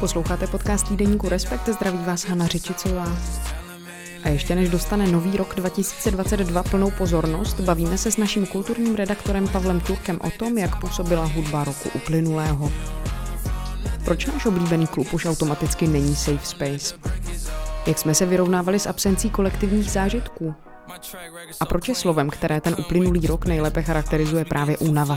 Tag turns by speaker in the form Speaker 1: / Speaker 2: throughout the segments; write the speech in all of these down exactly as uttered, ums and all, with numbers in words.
Speaker 1: Posloucháte podcast týdeníku Respekt, zdraví vás Hana Řičicová. A ještě než dostane nový rok dva tisíce dvacet dva plnou pozornost, bavíme se s naším kulturním redaktorem Pavlem Turkem o tom, jak působila hudba roku uplynulého. Proč náš oblíbený klub už automaticky není safe space? Jak jsme se vyrovnávali s absencí kolektivních zážitků? A proč je slovem, které ten uplynulý rok nejlépe charakterizuje, právě únava?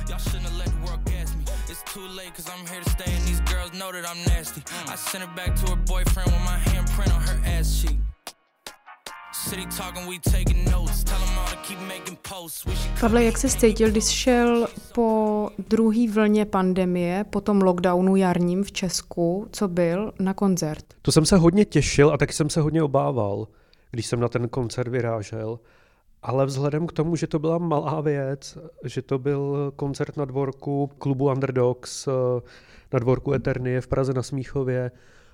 Speaker 1: Pavle, jak se cítil, když šel po druhé vlně pandemie, po tom lockdownu jarním v Česku, co byl, na koncert?
Speaker 2: To jsem se hodně těšil a taky jsem se hodně obával, když jsem na ten koncert vyrážel. Ale vzhledem k tomu, že to byla malá věc, že to byl koncert na dvorku klubu Underdogs, na dvorku Eternie v Praze na Smíchově,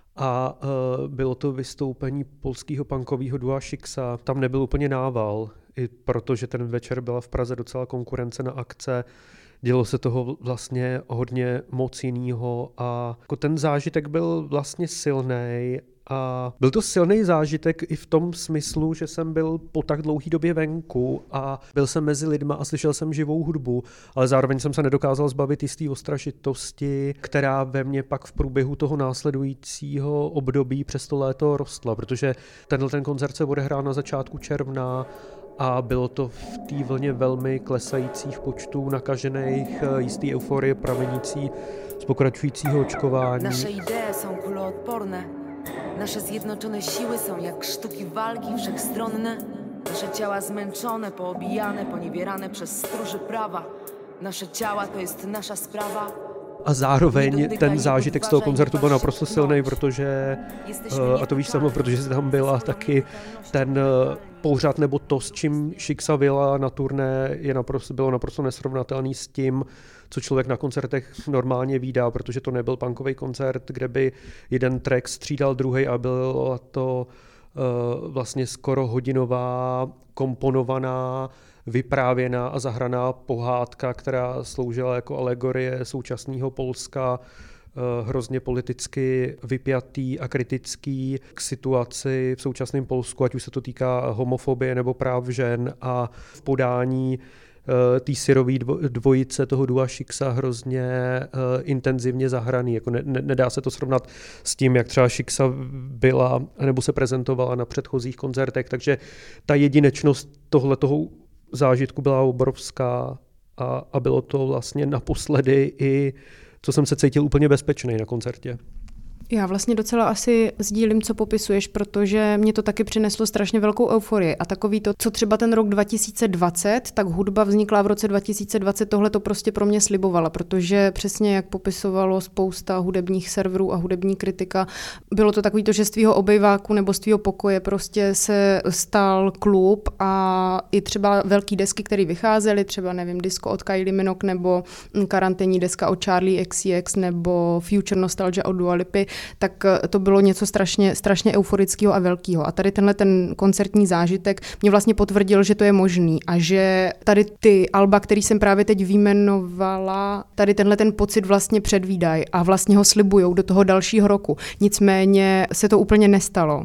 Speaker 2: a uh, bylo to vystoupení polského punkového dua Shixa. Tam nebyl úplně nával, i protože ten večer byla v Praze docela konkurence na akce. Dělo se toho vlastně hodně moc jinýho a jako ten zážitek byl vlastně silnej. A byl to silný zážitek i v tom smyslu, že jsem byl po tak dlouhé době venku a byl jsem mezi lidma a slyšel jsem živou hudbu, ale zároveň jsem se nedokázal zbavit jistý ostražitosti, která ve mně pak v průběhu toho následujícího období přes to léto rostla, protože tenhle ten koncert se odehrál na začátku června a bylo to v té vlně velmi klesajících počtů nakažených, jistý euforie pramenící z pokračujícího očkování.
Speaker 3: Naše idee są kuloodporne. Nasze zjednoczone siły są jak sztuki walki wszechstronne. Nasze ciała zmęczone, poobijane, poniewierane przez stróży prawa. Naše ciała to jest nasza sprawa.
Speaker 2: A zároveň ten zážitek z toho koncertu byl naprosto silný, protože, a to víš sama, protože jsi tam byla taky, ten pořad nebo to, s čím Shixa vyjela na turné, je naprosto, bylo naprosto nesrovnatelný s tím, co člověk na koncertech normálně vídá, protože to nebyl punkový koncert, kde by jeden track střídal druhý a byla to uh, vlastně skoro hodinová, komponovaná, vyprávěná a zahraná pohádka, která sloužila jako alegorie současného Polska, hrozně politicky vypjatý a kritický k situaci v současném Polsku, ať už se to týká homofobie nebo práv žen, a v podání té syrové dvojice toho dua Shixa hrozně uh, intenzivně zahraný. Jako ne, ne, nedá se to srovnat s tím, jak třeba Shixa byla nebo se prezentovala na předchozích koncertech, takže ta jedinečnost tohletoho zážitku byla obrovská a, a bylo to vlastně naposledy i, co jsem se cítil úplně bezpečný na koncertě.
Speaker 1: Já vlastně docela asi sdílím, co popisuješ, protože mě to taky přineslo strašně velkou euforii. A takový to, co třeba ten rok dva tisíce dvacet, tak hudba vznikla v roce dva tisíce dvacet, tohle to prostě pro mě slibovala, protože přesně jak popisovalo spousta hudebních serverů a hudební kritika, bylo to takový to, že z tvýho obejváku nebo z tvýho pokoje prostě se stal klub a i třeba velký desky, které vycházely, třeba nevím, disko od Kylie Minogue nebo karanténní deska od Charlie X C X nebo Future Nostalgia od Dua Lipy, tak to bylo něco strašně, strašně euforického a velkého. A tady tenhle ten koncertní zážitek mě vlastně potvrdil, že to je možný a že tady ty alba, který jsem právě teď vyjmenovala, tady tenhle ten pocit vlastně předvídají a vlastně ho slibujou do toho dalšího roku. Nicméně se to úplně nestalo.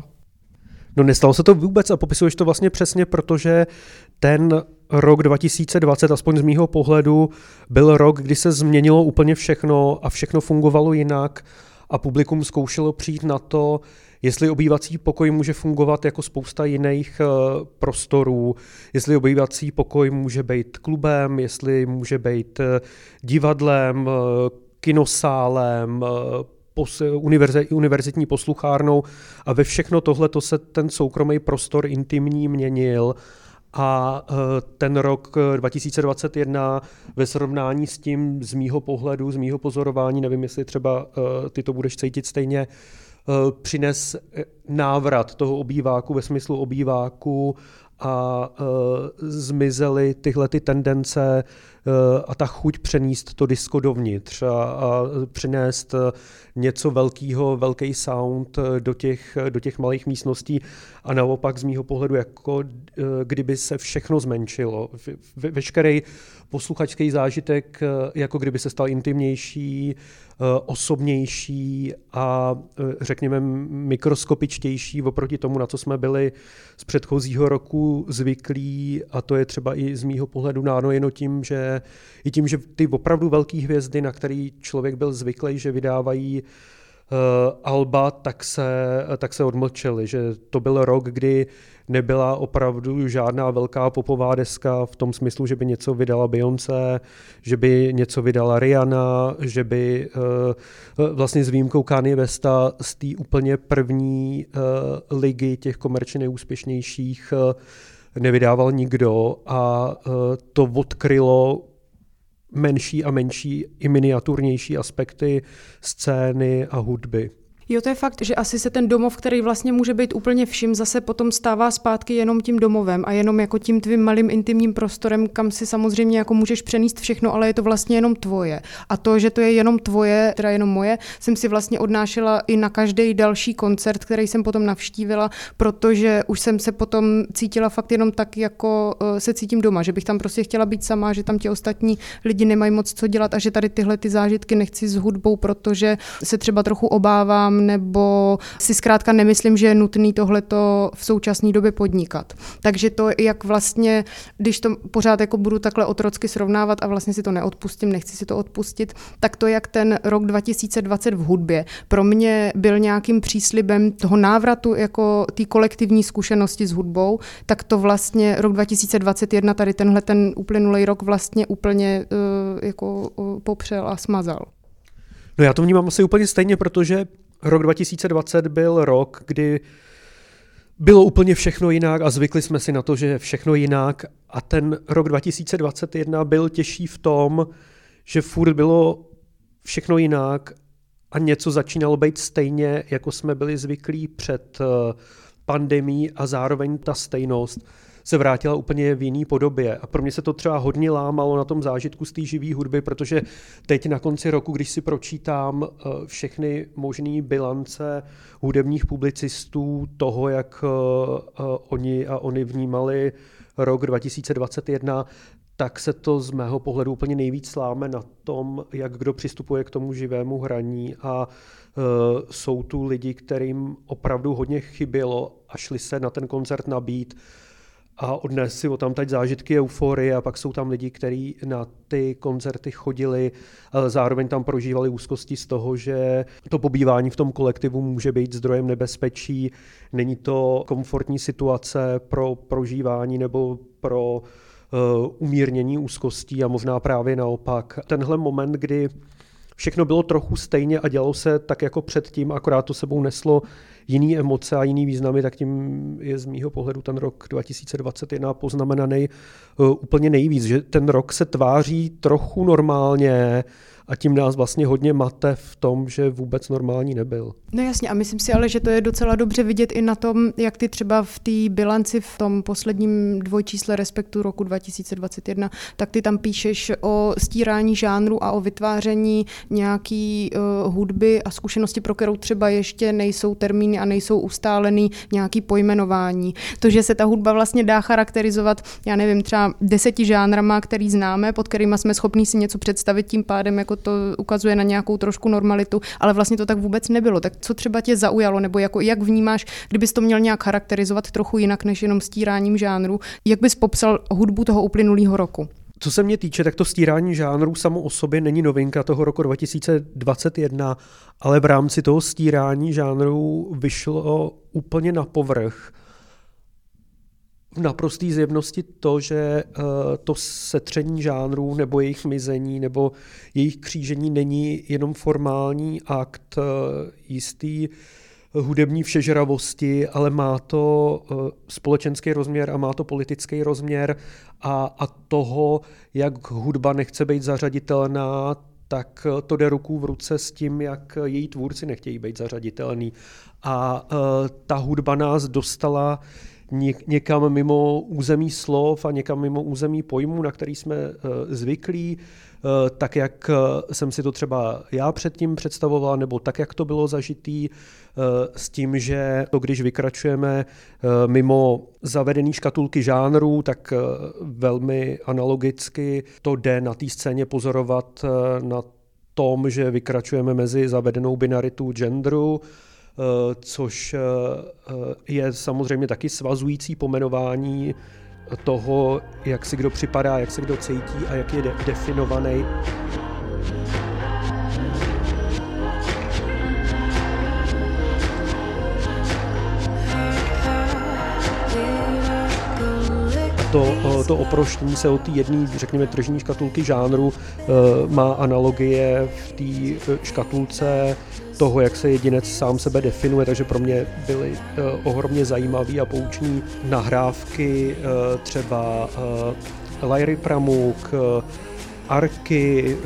Speaker 2: No nestalo se to vůbec a popisuješ to vlastně přesně, protože ten rok dva tisíce dvacet, aspoň z mýho pohledu, byl rok, kdy se změnilo úplně všechno a všechno fungovalo jinak. A publikum zkoušelo přijít na to, jestli obývací pokoj může fungovat jako spousta jiných uh, prostorů, jestli obývací pokoj může být klubem, jestli může být uh, divadlem, uh, kinosálem, uh, pos- univerzi- univerzitní posluchárnou, a ve všechno tohle se ten soukromý prostor intimní měnil. A ten rok dva tisíce dvacet jedna ve srovnání s tím, z mýho pohledu, z mýho pozorování, nevím, jestli třeba ty to budeš cítit stejně, přines návrat toho obýváku ve smyslu obýváku a zmizely tyhle ty tendence a ta chuť přenést to disko dovnitř a, a přinést něco velkého, velký sound do těch, do těch malých místností a naopak z mýho pohledu, jako kdyby se všechno zmenšilo. Ve, veškerý posluchačský zážitek, jako kdyby se stal intimnější, osobnější a řekněme mikroskopičtější oproti tomu, na co jsme byli z předchozího roku zvyklí, a to je třeba i z mýho pohledu dáno jen tím, že i tím, že ty opravdu velké hvězdy, na který člověk byl zvyklý, že vydávají uh, alba, tak se, tak se odmlčeli, že to byl rok, kdy nebyla opravdu žádná velká popová deska v tom smyslu, že by něco vydala Beyoncé, že by něco vydala Rihanna, že by uh, vlastně s výjimkou Kanye Westa z té úplně první uh, ligy těch komerčně nejúspěšnějších uh, nevydával nikdo a uh, to odkrylo menší a menší i miniaturnější aspekty scény a hudby.
Speaker 1: Jo, to je fakt, že asi se ten domov, který vlastně může být úplně vším, zase potom stává zpátky jenom tím domovem a jenom jako tím tvým malým intimním prostorem, kam si samozřejmě jako můžeš přenést všechno, ale je to vlastně jenom tvoje. A to, že to je jenom tvoje, teda jenom moje, jsem si vlastně odnášela i na každý další koncert, který jsem potom navštívila, protože už jsem se potom cítila fakt jenom tak, jako se cítím doma, že bych tam prostě chtěla být sama, že tam ti ostatní lidi nemají moc co dělat a že tady tyhle ty zážitky nechci s hudbou, protože se třeba trochu obávám nebo si zkrátka nemyslím, že je nutný tohleto v současné době podnikat. Takže to, jak vlastně, když to pořád jako budu takhle otrocky srovnávat a vlastně si to neodpustím, nechci si to odpustit, tak to, jak ten rok dva tisíce dvacet v hudbě pro mě byl nějakým příslibem toho návratu jako té kolektivní zkušenosti s hudbou, tak to vlastně rok dva tisíce dvacet jedna, tady tenhle ten uplynulý rok vlastně úplně uh, jako uh, popřel a smazal.
Speaker 2: No já to vnímám asi úplně stejně, protože rok dva tisíce dvacet byl rok, kdy bylo úplně všechno jinak a zvykli jsme si na to, že je všechno jinak, a ten rok dva tisíce dvacet jedna byl těžší v tom, že furt bylo všechno jinak a něco začínalo být stejně, jako jsme byli zvyklí před pandemií, a zároveň ta stejnost se vrátila úplně v jiný podobě. A pro mě se to třeba hodně lámalo na tom zážitku z té živý hudby, protože teď na konci roku, když si pročítám všechny možné bilance hudebních publicistů toho, jak oni a oni vnímali rok dva tisíce dvacet jedna, tak se to z mého pohledu úplně nejvíc láme na tom, jak kdo přistupuje k tomu živému hraní, a uh, jsou tu lidi, kterým opravdu hodně chybělo a šli se na ten koncert nabít a odnes si o tam teď zážitky euforie, a pak jsou tam lidi, kteří na ty koncerty chodili, ale zároveň tam prožívali úzkosti z toho, že to pobývání v tom kolektivu může být zdrojem nebezpečí, není to komfortní situace pro prožívání nebo pro uh, umírnění úzkostí, a možná právě naopak. Tenhle moment, kdy všechno bylo trochu stejně a dělalo se tak jako předtím, akorát to sebou neslo jiný emoce a jiný významy, tak tím je z mýho pohledu ten rok dva tisíce dvacet jedna poznamenaný uh, úplně nejvíc, že ten rok se tváří trochu normálně a tím nás vlastně hodně mate v tom, že vůbec normální nebyl.
Speaker 1: No jasně, a myslím si ale, že to je docela dobře vidět i na tom, jak ty třeba v té bilanci v tom posledním dvojčísle Respektu roku dva tisíce dvacet jedna, tak ty tam píšeš o stírání žánru a o vytváření nějaký uh, hudby a zkušenosti, pro kterou třeba ještě nejsou termíny a nejsou ustálený nějaký pojmenování. To, že se ta hudba vlastně dá charakterizovat, já nevím, třeba deseti žánrama, který známe, pod kterýma jsme schopní si něco představit, tím pádem jako to ukazuje na nějakou trošku normalitu, ale vlastně to tak vůbec nebylo. Tak co třeba tě zaujalo, nebo jako jak vnímáš, kdybys to měl nějak charakterizovat trochu jinak než jenom stíráním žánru, jak bys popsal hudbu toho uplynulého roku?
Speaker 2: Co se mě týče, tak to stírání žánrů samo o sobě není novinka toho roku dva tisíce dvacet jedna, ale v rámci toho stírání žánrů vyšlo úplně na povrch v naprosté zjevnosti to, že uh, to setření žánrů nebo jejich mizení nebo jejich křížení není jenom formální akt uh, jistý hudební všežravosti, ale má to uh, společenský rozměr a má to politický rozměr, a, a toho, jak hudba nechce být zařaditelná, tak to jde ruku v ruce s tím, jak její tvůrci nechtějí být zařaditelný. A uh, ta hudba nás dostala někam mimo území slov a někam mimo území pojmů, na který jsme zvyklí, tak jak jsem si to třeba já předtím představovala, nebo tak, jak to bylo zažitý, s tím, že to, když vykračujeme mimo zavedený škatulky žánrů, tak velmi analogicky to jde na té scéně pozorovat na tom, že vykračujeme mezi zavedenou binaritu genderu, což je samozřejmě taky svazující pomenování toho, jak si kdo připadá, jak se kdo cítí a jak je de- definovaný. To, to oproštění se od té jedné, řekněme, tržní škatulky žánru má analogie v té škatulce toho, jak se jedinec sám sebe definuje, takže pro mě byly ohromně zajímavé a poučné nahrávky třeba Larry Pramuk, Arky,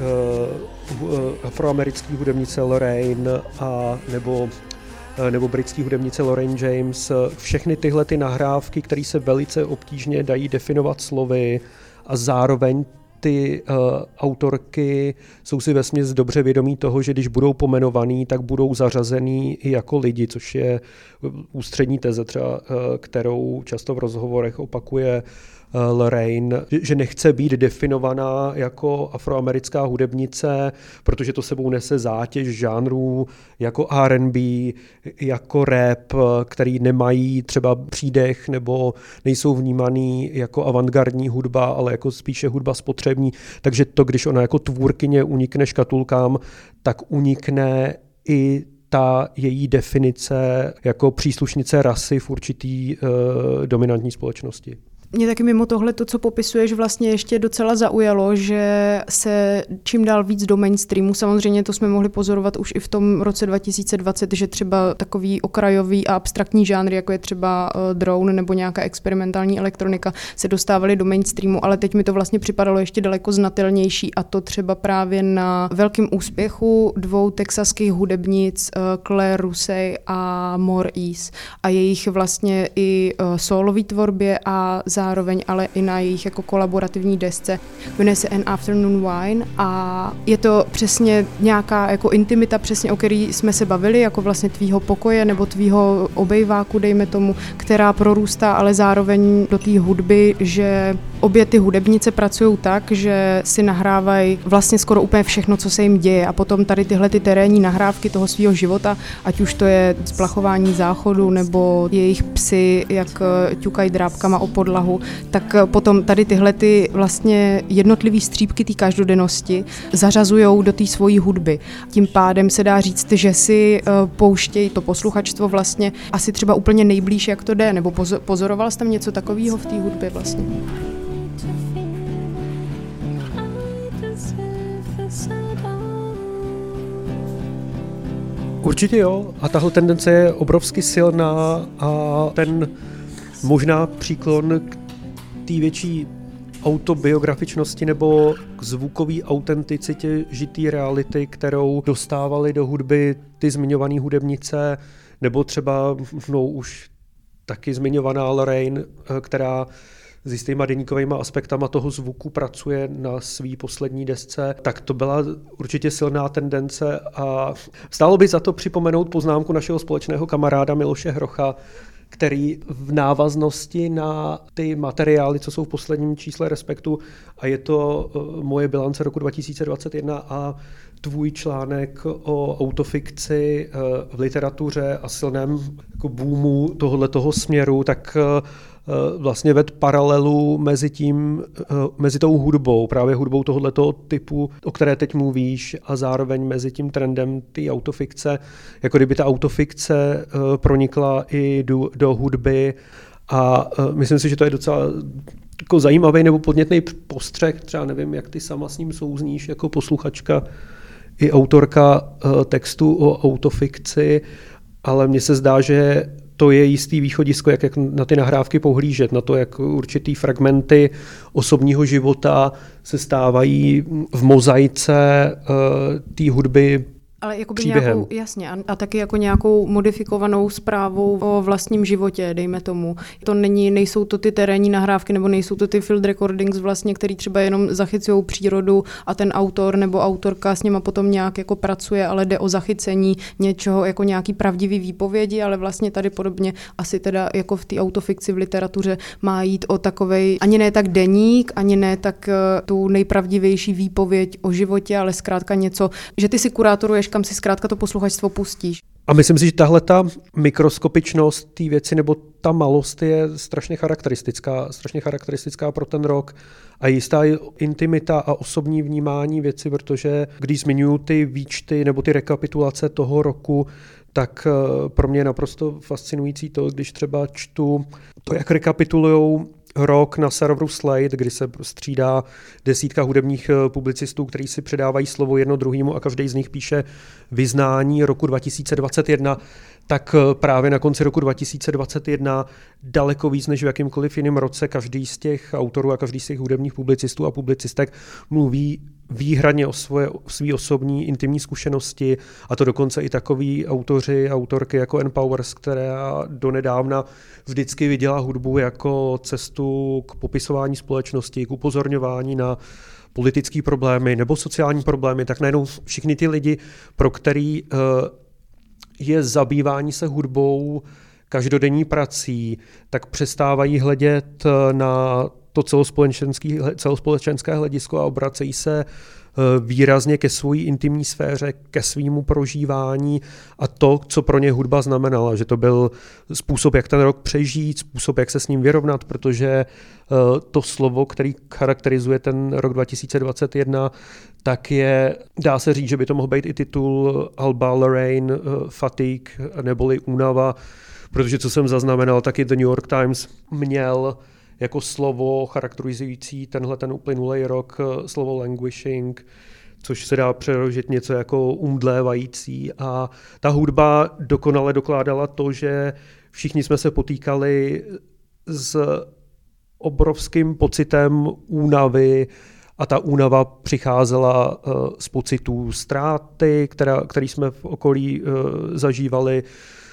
Speaker 2: afroamerický hudebnice Lorraine a nebo nebo britský hudebnice Lorraine James, všechny tyhle ty nahrávky, které se velice obtížně dají definovat slovy a zároveň ty uh, autorky jsou si vesměs dobře vědomí toho, že když budou pomenovaný, tak budou zařazený i jako lidi, což je ústřední teze třeba, uh, kterou často v rozhovorech opakuje Lorraine, že nechce být definovaná jako afroamerická hudebnice, protože to sebou nese zátěž žánrů jako R and B, jako rap, který nemají třeba přídech nebo nejsou vnímaný jako avantgardní hudba, ale jako spíše hudba spotřební. Takže to, když ona jako tvůrkyně unikne škatulkám, tak unikne i ta její definice jako příslušnice rasy v určitý uh, dominantní společnosti.
Speaker 1: Mě taky mimo tohle, to, co popisuješ, vlastně ještě docela zaujalo, že se čím dál víc do mainstreamu, samozřejmě to jsme mohli pozorovat už i v tom roce dva tisíce dvacet, že třeba takový okrajový a abstraktní žánry, jako je třeba drone nebo nějaká experimentální elektronika, se dostávaly do mainstreamu, ale teď mi to vlastně připadalo ještě daleko znatelnější, a to třeba právě na velkém úspěchu dvou texaských hudebnic Claire Rusey a More Ease a jejich vlastně i sólový tvorbě a zároveň ale i na jejich jako kolaborativní desce, jmenuje se An Afternoon Wine a je to přesně nějaká jako intimita, přesně o který jsme se bavili, jako vlastně tvýho pokoje nebo tvýho obejváku, dejme tomu, která prorůstá ale zároveň do té hudby, že obě ty hudebnice pracují tak, že si nahrávají vlastně skoro úplně všechno, co se jim děje, a potom tady tyhle ty terénní nahrávky toho svého života, ať už to je splachování záchodu nebo jejich psy, jak ťukají drápkama o podlahu, tak potom tady tyhle ty vlastně jednotlivý střípky té každodennosti zařazujou do té svojí hudby. Tím pádem se dá říct, že si pouštějí to posluchačstvo vlastně asi třeba úplně nejblíž, jak to jde, nebo pozoroval jsi tam něco takového v té hudbě vlastně?
Speaker 2: Určitě jo, a tahle tendence je obrovsky silná a ten možná příklon k té větší autobiografičnosti nebo k zvukové autenticitě žitý reality, kterou dostávali do hudby ty zmiňované hudebnice, nebo třeba no, už taky zmiňovaná Lorraine, která s jistýma deníkovými aspektama toho zvuku pracuje na svý poslední desce, tak to byla určitě silná tendence a stálo by za to připomenout poznámku našeho společného kamaráda Miloše Hrocha, který v návaznosti na ty materiály, co jsou v posledním čísle Respektu, a je to moje bilance roku dva tisíce dvacet jedna a tvůj článek o autofikci v literatuře a silném jako boomu tohoto směru, tak vlastně ved paralelu mezi tím, mezi tou hudbou, právě hudbou tohoto typu, o které teď mluvíš, a zároveň mezi tím trendem té autofikce, jako kdyby ta autofikce pronikla i do, do hudby, a myslím si, že to je docela jako zajímavý nebo podnětný postřeh, třeba nevím, jak ty sama s ním souzníš jako posluchačka i autorka textu o autofikci, ale mně se zdá, že to je jistý východisko, jak, jak na ty nahrávky pohlížet, na to, jak určitý fragmenty osobního života se stávají v mozaice uh, té hudby
Speaker 1: Ale jakoby nějakou, jasně, a, a taky jako nějakou modifikovanou zprávou o vlastním životě, dejme tomu. To není, nejsou to ty terénní nahrávky, nebo nejsou to ty field recordings vlastně, který třeba jenom zachycují přírodu a ten autor nebo autorka s nima potom nějak jako pracuje, ale jde o zachycení něčeho jako nějaký pravdivý výpovědi, ale vlastně tady podobně asi teda jako v té autofikci v literatuře má jít o takovej, ani ne tak deník, ani ne tak uh, tu nejpravdivější výpověď o životě, ale zkrátka něco, že ty si kurátoruješ, kam si zkrátka to posluchačstvo pustíš.
Speaker 2: A myslím si, že tahle ta mikroskopičnost té věci nebo ta malost je strašně charakteristická, strašně charakteristická pro ten rok a jistá intimita a osobní vnímání věci, protože když zmiňuji ty výčty nebo ty rekapitulace toho roku, tak pro mě je naprosto fascinující to, když třeba čtu to, jak rekapitulujou rok na serveru Slate, kdy se střídá desítka hudebních publicistů, kteří si předávají slovo jedno druhému a každý z nich píše vyznání roku dva tisíce dvacet jedna, tak právě na konci roku dva tisíce dvacet jedna daleko víc než v jakýmkoliv jiném roce každý z těch autorů a každý z těch hudebních publicistů a publicistek mluví výhradně o svoje svý osobní intimní zkušenosti, a to dokonce i takový autoři, autorky jako Ann Powers, která donedávna vždycky viděla hudbu jako cestu k popisování společnosti, k upozorňování na politické problémy nebo sociální problémy, tak najednou všichni ty lidi, pro který uh, je zabývání se hudbou každodenní prací, tak přestávají hledět na to celospolečenské hledisko a obracejí se výrazně ke své intimní sféře, ke svému prožívání a to, co pro ně hudba znamenala, že to byl způsob, jak ten rok přežít, způsob, jak se s ním vyrovnat, protože to slovo, který charakterizuje ten rok dva tisíce dvacet jedna, tak je, dá se říct, že by to mohl být i titul Alba Lorraine, Fatigue, neboli Únava, protože co jsem zaznamenal, taky The New York Times měl jako slovo charakterizující tenhle ten uplynulý rok slovo languishing, což se dá přeložit něco jako umdlévající. A ta hudba dokonale dokládala to, že všichni jsme se potýkali s obrovským pocitem únavy a ta únava přicházela z pocitů ztráty, která, který jsme v okolí zažívali,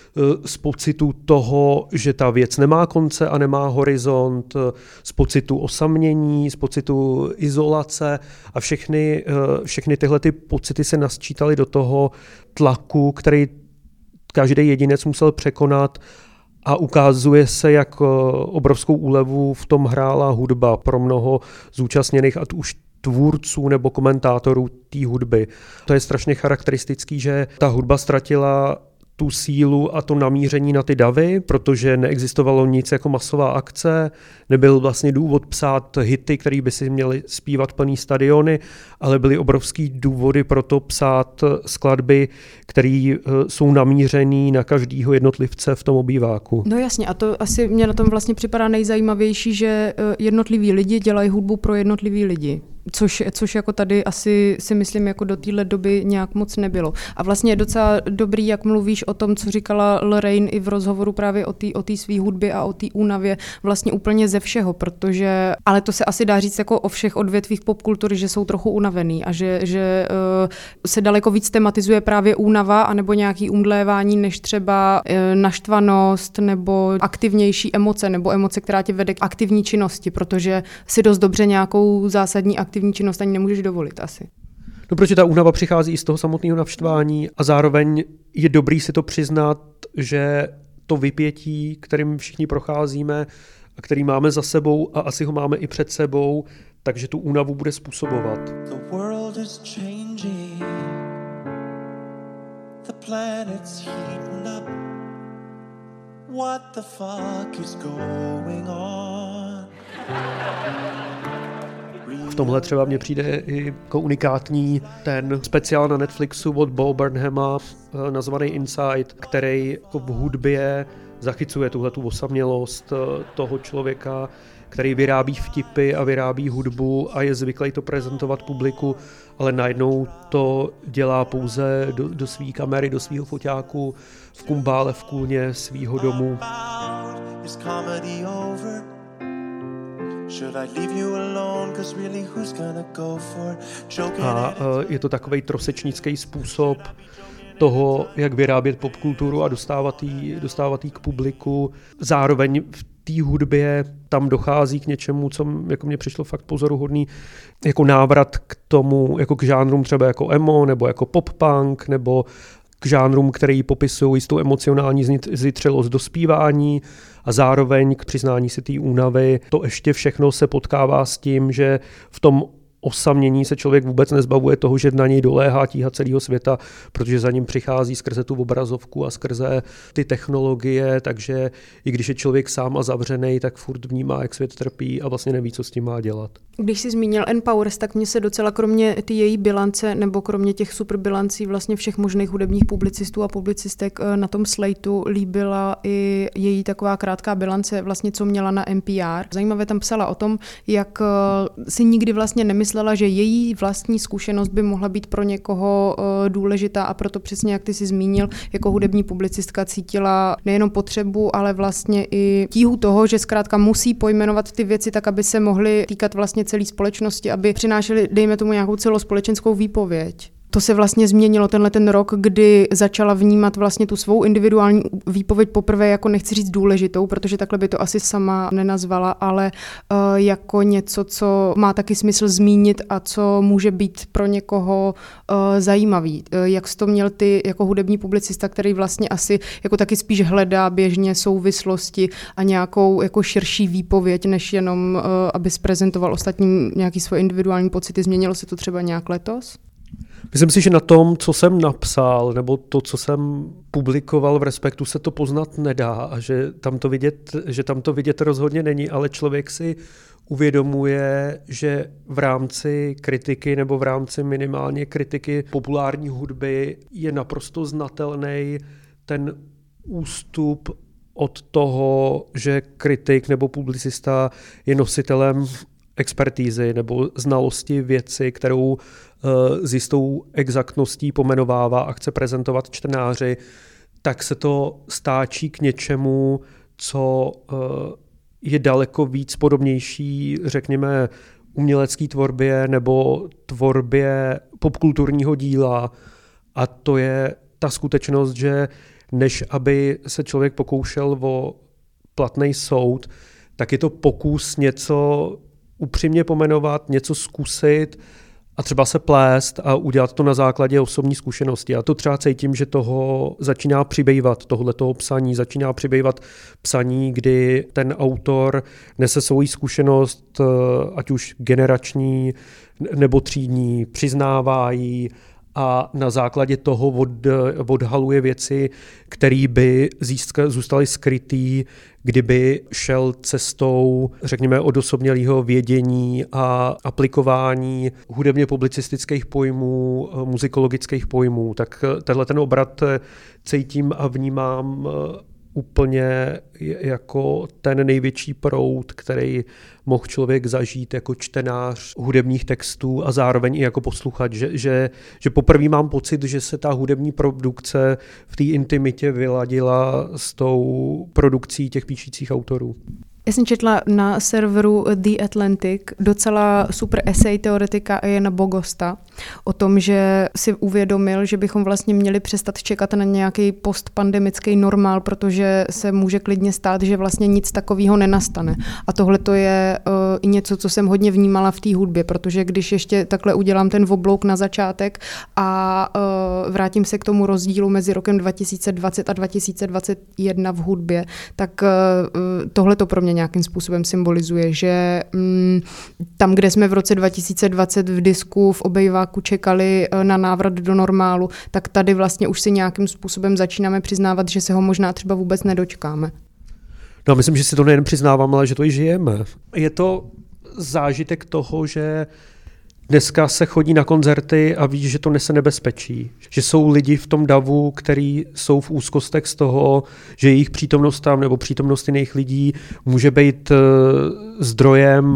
Speaker 2: z pocitu toho, že ta věc nemá konce a nemá horizont, z pocitu osamění, z pocitu izolace a všechny, všechny tyhle ty pocity se nasčítaly do toho tlaku, který každý jedinec musel překonat a ukazuje se, jak obrovskou úlevu v tom hrála hudba pro mnoho zúčastněných, ať už tvůrců nebo komentátorů té hudby. To je strašně charakteristický, že ta hudba ztratila tu sílu a to namíření na ty davy, protože neexistovalo nic jako masová akce, nebyl vlastně důvod psát hity, který by si měli zpívat plný stadiony, ale byly obrovský důvody pro to psát skladby, které jsou namířený na každého jednotlivce v tom obýváku.
Speaker 1: No jasně, a to asi mě na tom vlastně připadá nejzajímavější, že jednotliví lidi dělají hudbu pro jednotlivý lidi. Což, což jako tady asi si myslím jako do téhle doby nějak moc nebylo. A vlastně je docela dobrý, jak mluvíš o tom, co říkala Lorraine i v rozhovoru právě o té o té svý hudbě a o té únavě vlastně úplně ze všeho, protože, ale to se asi dá říct jako o všech odvětvích popkultury, že jsou trochu unavený a že, že uh, se daleko víc tematizuje právě únava anebo nějaký umdlévání, než třeba uh, naštvanost nebo aktivnější emoce nebo emoce, která tě vede k aktivní činnosti, protože si dost dobře nějakou zásadní aktivní aktivní činnost ani nemůžeš dovolit asi.
Speaker 2: No, protože ta únava přichází i z toho samotného navštvání a zároveň je dobrý si to přiznat, že to vypětí, kterým všichni procházíme a který máme za sebou a asi ho máme i před sebou, takže tu únavu bude způsobovat. The world is changing. The planet's heating up. What the fuck is going on? V tomhle třeba mně přijde i jako unikátní ten speciál na Netflixu od Bo Burnhama nazvaný Inside, který jako v hudbě zachycuje tuhletu osamělost toho člověka, který vyrábí vtipy a vyrábí hudbu a je zvyklý to prezentovat publiku, ale najednou to dělá pouze do, do své kamery, do svého foťáku, v kumbále, v kůlně svýho domu. A je to takovej trosečnický způsob toho, jak vyrábět popkulturu a dostávat jí, dostávat jí k publiku. Zároveň v té hudbě tam dochází k něčemu, co jako mě přišlo fakt pozoruhodný, jako návrat k tomu, jako k žánrům třeba jako emo, nebo jako pop-punk, nebo k žánrům, který popisují jistou emocionální zjitřelost dospívání a zároveň k přiznání si té únavy. To ještě všechno se potkává s tím, že v tom osamění se člověk vůbec nezbavuje toho, že na něj doléhá tíha celého světa, protože za ním přichází skrze tu obrazovku a skrze ty technologie, takže i když je člověk sám a zavřenej, tak furt vnímá, jak svět trpí a vlastně neví, co s tím má dělat.
Speaker 1: Když jsi zmínil N Powers, tak mně se docela kromě ty její bilance nebo kromě těch super bilancí vlastně všech možných hudebních publicistů a publicistek na tom slejtu líbila i její taková krátká bilance, vlastně co měla na N P R. Zajímavě tam psala o tom, jak si nikdy vlastně nemyslela, že její vlastní zkušenost by mohla být pro někoho důležitá a proto přesně, jak ty jsi zmínil, jako hudební publicistka cítila nejenom potřebu, ale vlastně i tíhu toho, že zkrátka musí pojmenovat ty věci tak, aby se mohly týkat vlastně celé společnosti, aby přinášeli, dejme tomu, nějakou celospolečenskou výpověď. To se vlastně změnilo tenhle ten rok, kdy začala vnímat vlastně tu svou individuální výpověď poprvé jako, nechci říct důležitou, protože takhle by to asi sama nenazvala, ale uh, jako něco, co má taky smysl zmínit a co může být pro někoho uh, zajímavý. Uh, jak jsi to měl ty jako hudební publicista, který vlastně asi jako taky spíš hledá běžně souvislosti a nějakou jako širší výpověď, než jenom, uh, aby zprezentoval ostatním nějaký svoje individuální pocity. Změnilo se to třeba nějak letos?
Speaker 2: Myslím si, že na tom, co jsem napsal, nebo to, co jsem publikoval v Respektu, se to poznat nedá a že tam to vidět, že tam to vidět rozhodně není, ale člověk si uvědomuje, že v rámci kritiky nebo v rámci minimálně kritiky populární hudby je naprosto znatelný ten ústup od toho, že kritik nebo publicista je nositelem expertízy nebo znalosti věci, kterou s jistou exaktností pomenovává a chce prezentovat čtenáři, tak se to stáčí k něčemu, co je daleko víc podobnější, řekněme, umělecké tvorbě nebo tvorbě popkulturního díla. A to je ta skutečnost, že než aby se člověk pokoušel o platný soud, tak je to pokus něco upřímně pomenovat, něco zkusit a třeba se plést a udělat to na základě osobní zkušenosti. A to třeba cítím, že toho začíná přibývat, tohletoho psaní, začíná přibývat psaní, kdy ten autor nese svoji zkušenost, ať už generační nebo třídní, přiznává ji a na základě toho od, odhaluje věci, které by získa, zůstaly skrytý, kdyby šel cestou, řekněme, odosobnělého vědění a aplikování hudebně publicistických pojmů, muzikologických pojmů. Tak tenhle ten obrat cítím a vnímám úplně jako ten největší proud, který mohl člověk zažít jako čtenář hudebních textů a zároveň i jako posluchač, že, že, že poprvé mám pocit, že se ta hudební produkce v té intimitě vyladila s tou produkcí těch píšících autorů.
Speaker 1: Já jsem četla na serveru The Atlantic docela super esej teoretika Iana Bogosta o tom, že si uvědomil, že bychom vlastně měli přestat čekat na nějaký postpandemický normál, protože se může klidně stát, že vlastně nic takového nenastane. A tohle to je uh, i něco, co jsem hodně vnímala v té hudbě, protože když ještě takhle udělám ten oblouk na začátek a uh, vrátím se k tomu rozdílu mezi rokem dva tisíce dvacet a dva tisíce dvacet jedna v hudbě, tak uh, tohle to pro mě nějakým způsobem symbolizuje, že mm, tam, kde jsme v roce dva tisíce dvacet v disku, v obejváku čekali na návrat do normálu, tak tady vlastně už si nějakým způsobem začínáme přiznávat, že se ho možná třeba vůbec nedočkáme.
Speaker 2: No, myslím, že si to nejen přiznáváme, ale že to i žijeme. Je to zážitek toho, že dneska se chodí na koncerty a ví, že to nese nebezpečí. Že jsou lidi v tom davu, který jsou v úzkostech z toho, že jejich přítomnost tam nebo přítomnost jiných lidí může být zdrojem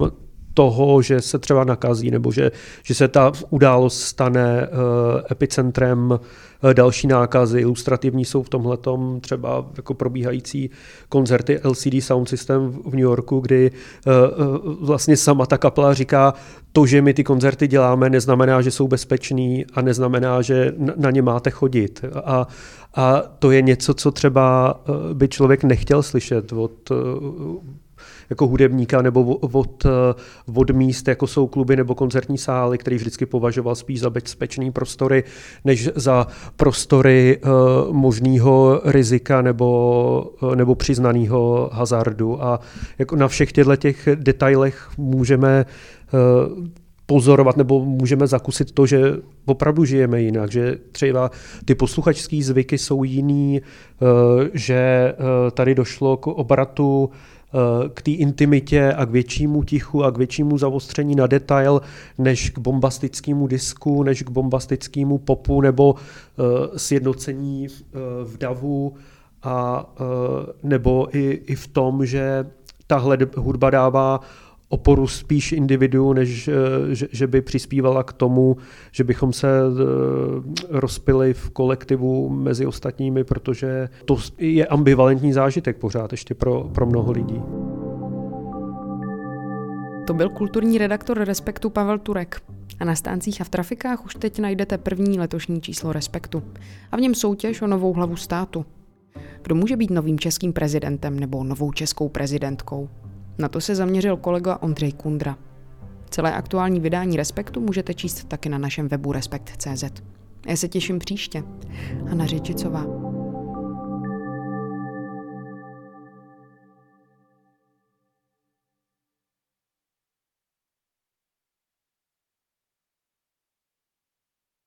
Speaker 2: toho, že se třeba nakazí, nebo že, že se ta událost stane uh, epicentrem uh, další nákazy. Ilustrativní jsou v tomhletom třeba jako probíhající koncerty L C D Sound System v New Yorku, kdy uh, uh, vlastně sama ta kapela říká, to, že my ty koncerty děláme, neznamená, že jsou bezpečný a neznamená, že na, na ně máte chodit. A, a to je něco, co třeba uh, by člověk nechtěl slyšet od uh, jako hudebníka nebo od, od míst, jako jsou kluby nebo koncertní sály, který vždycky považoval spíš za bezpečný prostory, než za prostory uh, možného rizika nebo, uh, nebo přiznaného hazardu. A jako na všech těchto těch detailech můžeme uh, pozorovat nebo můžeme zakusit to, že opravdu žijeme jinak, že třeba ty posluchačský zvyky jsou jiný, uh, že uh, tady došlo k obratu k té intimitě a k většímu tichu a k většímu zaostření na detail, než k bombastickému disku, než k bombastickému popu nebo uh, sjednocení uh, v davu a uh, nebo i, i v tom, že tahle hudba dává oporu spíš individu, než že, že by přispívala k tomu, že bychom se rozpili v kolektivu mezi ostatními, protože to je ambivalentní zážitek pořád ještě pro, pro mnoho lidí.
Speaker 1: To byl kulturní redaktor Respektu Pavel Turek. A na stáncích a v trafikách už teď najdete první letošní číslo Respektu. A v něm soutěž o novou hlavu státu. Kdo může být novým českým prezidentem nebo novou českou prezidentkou? Na to se zaměřil kolega Ondřej Kundra. Celé aktuální vydání Respektu můžete číst taky na našem webu respekt tečka cé zet. Já se těším příště. Hana Řečicová.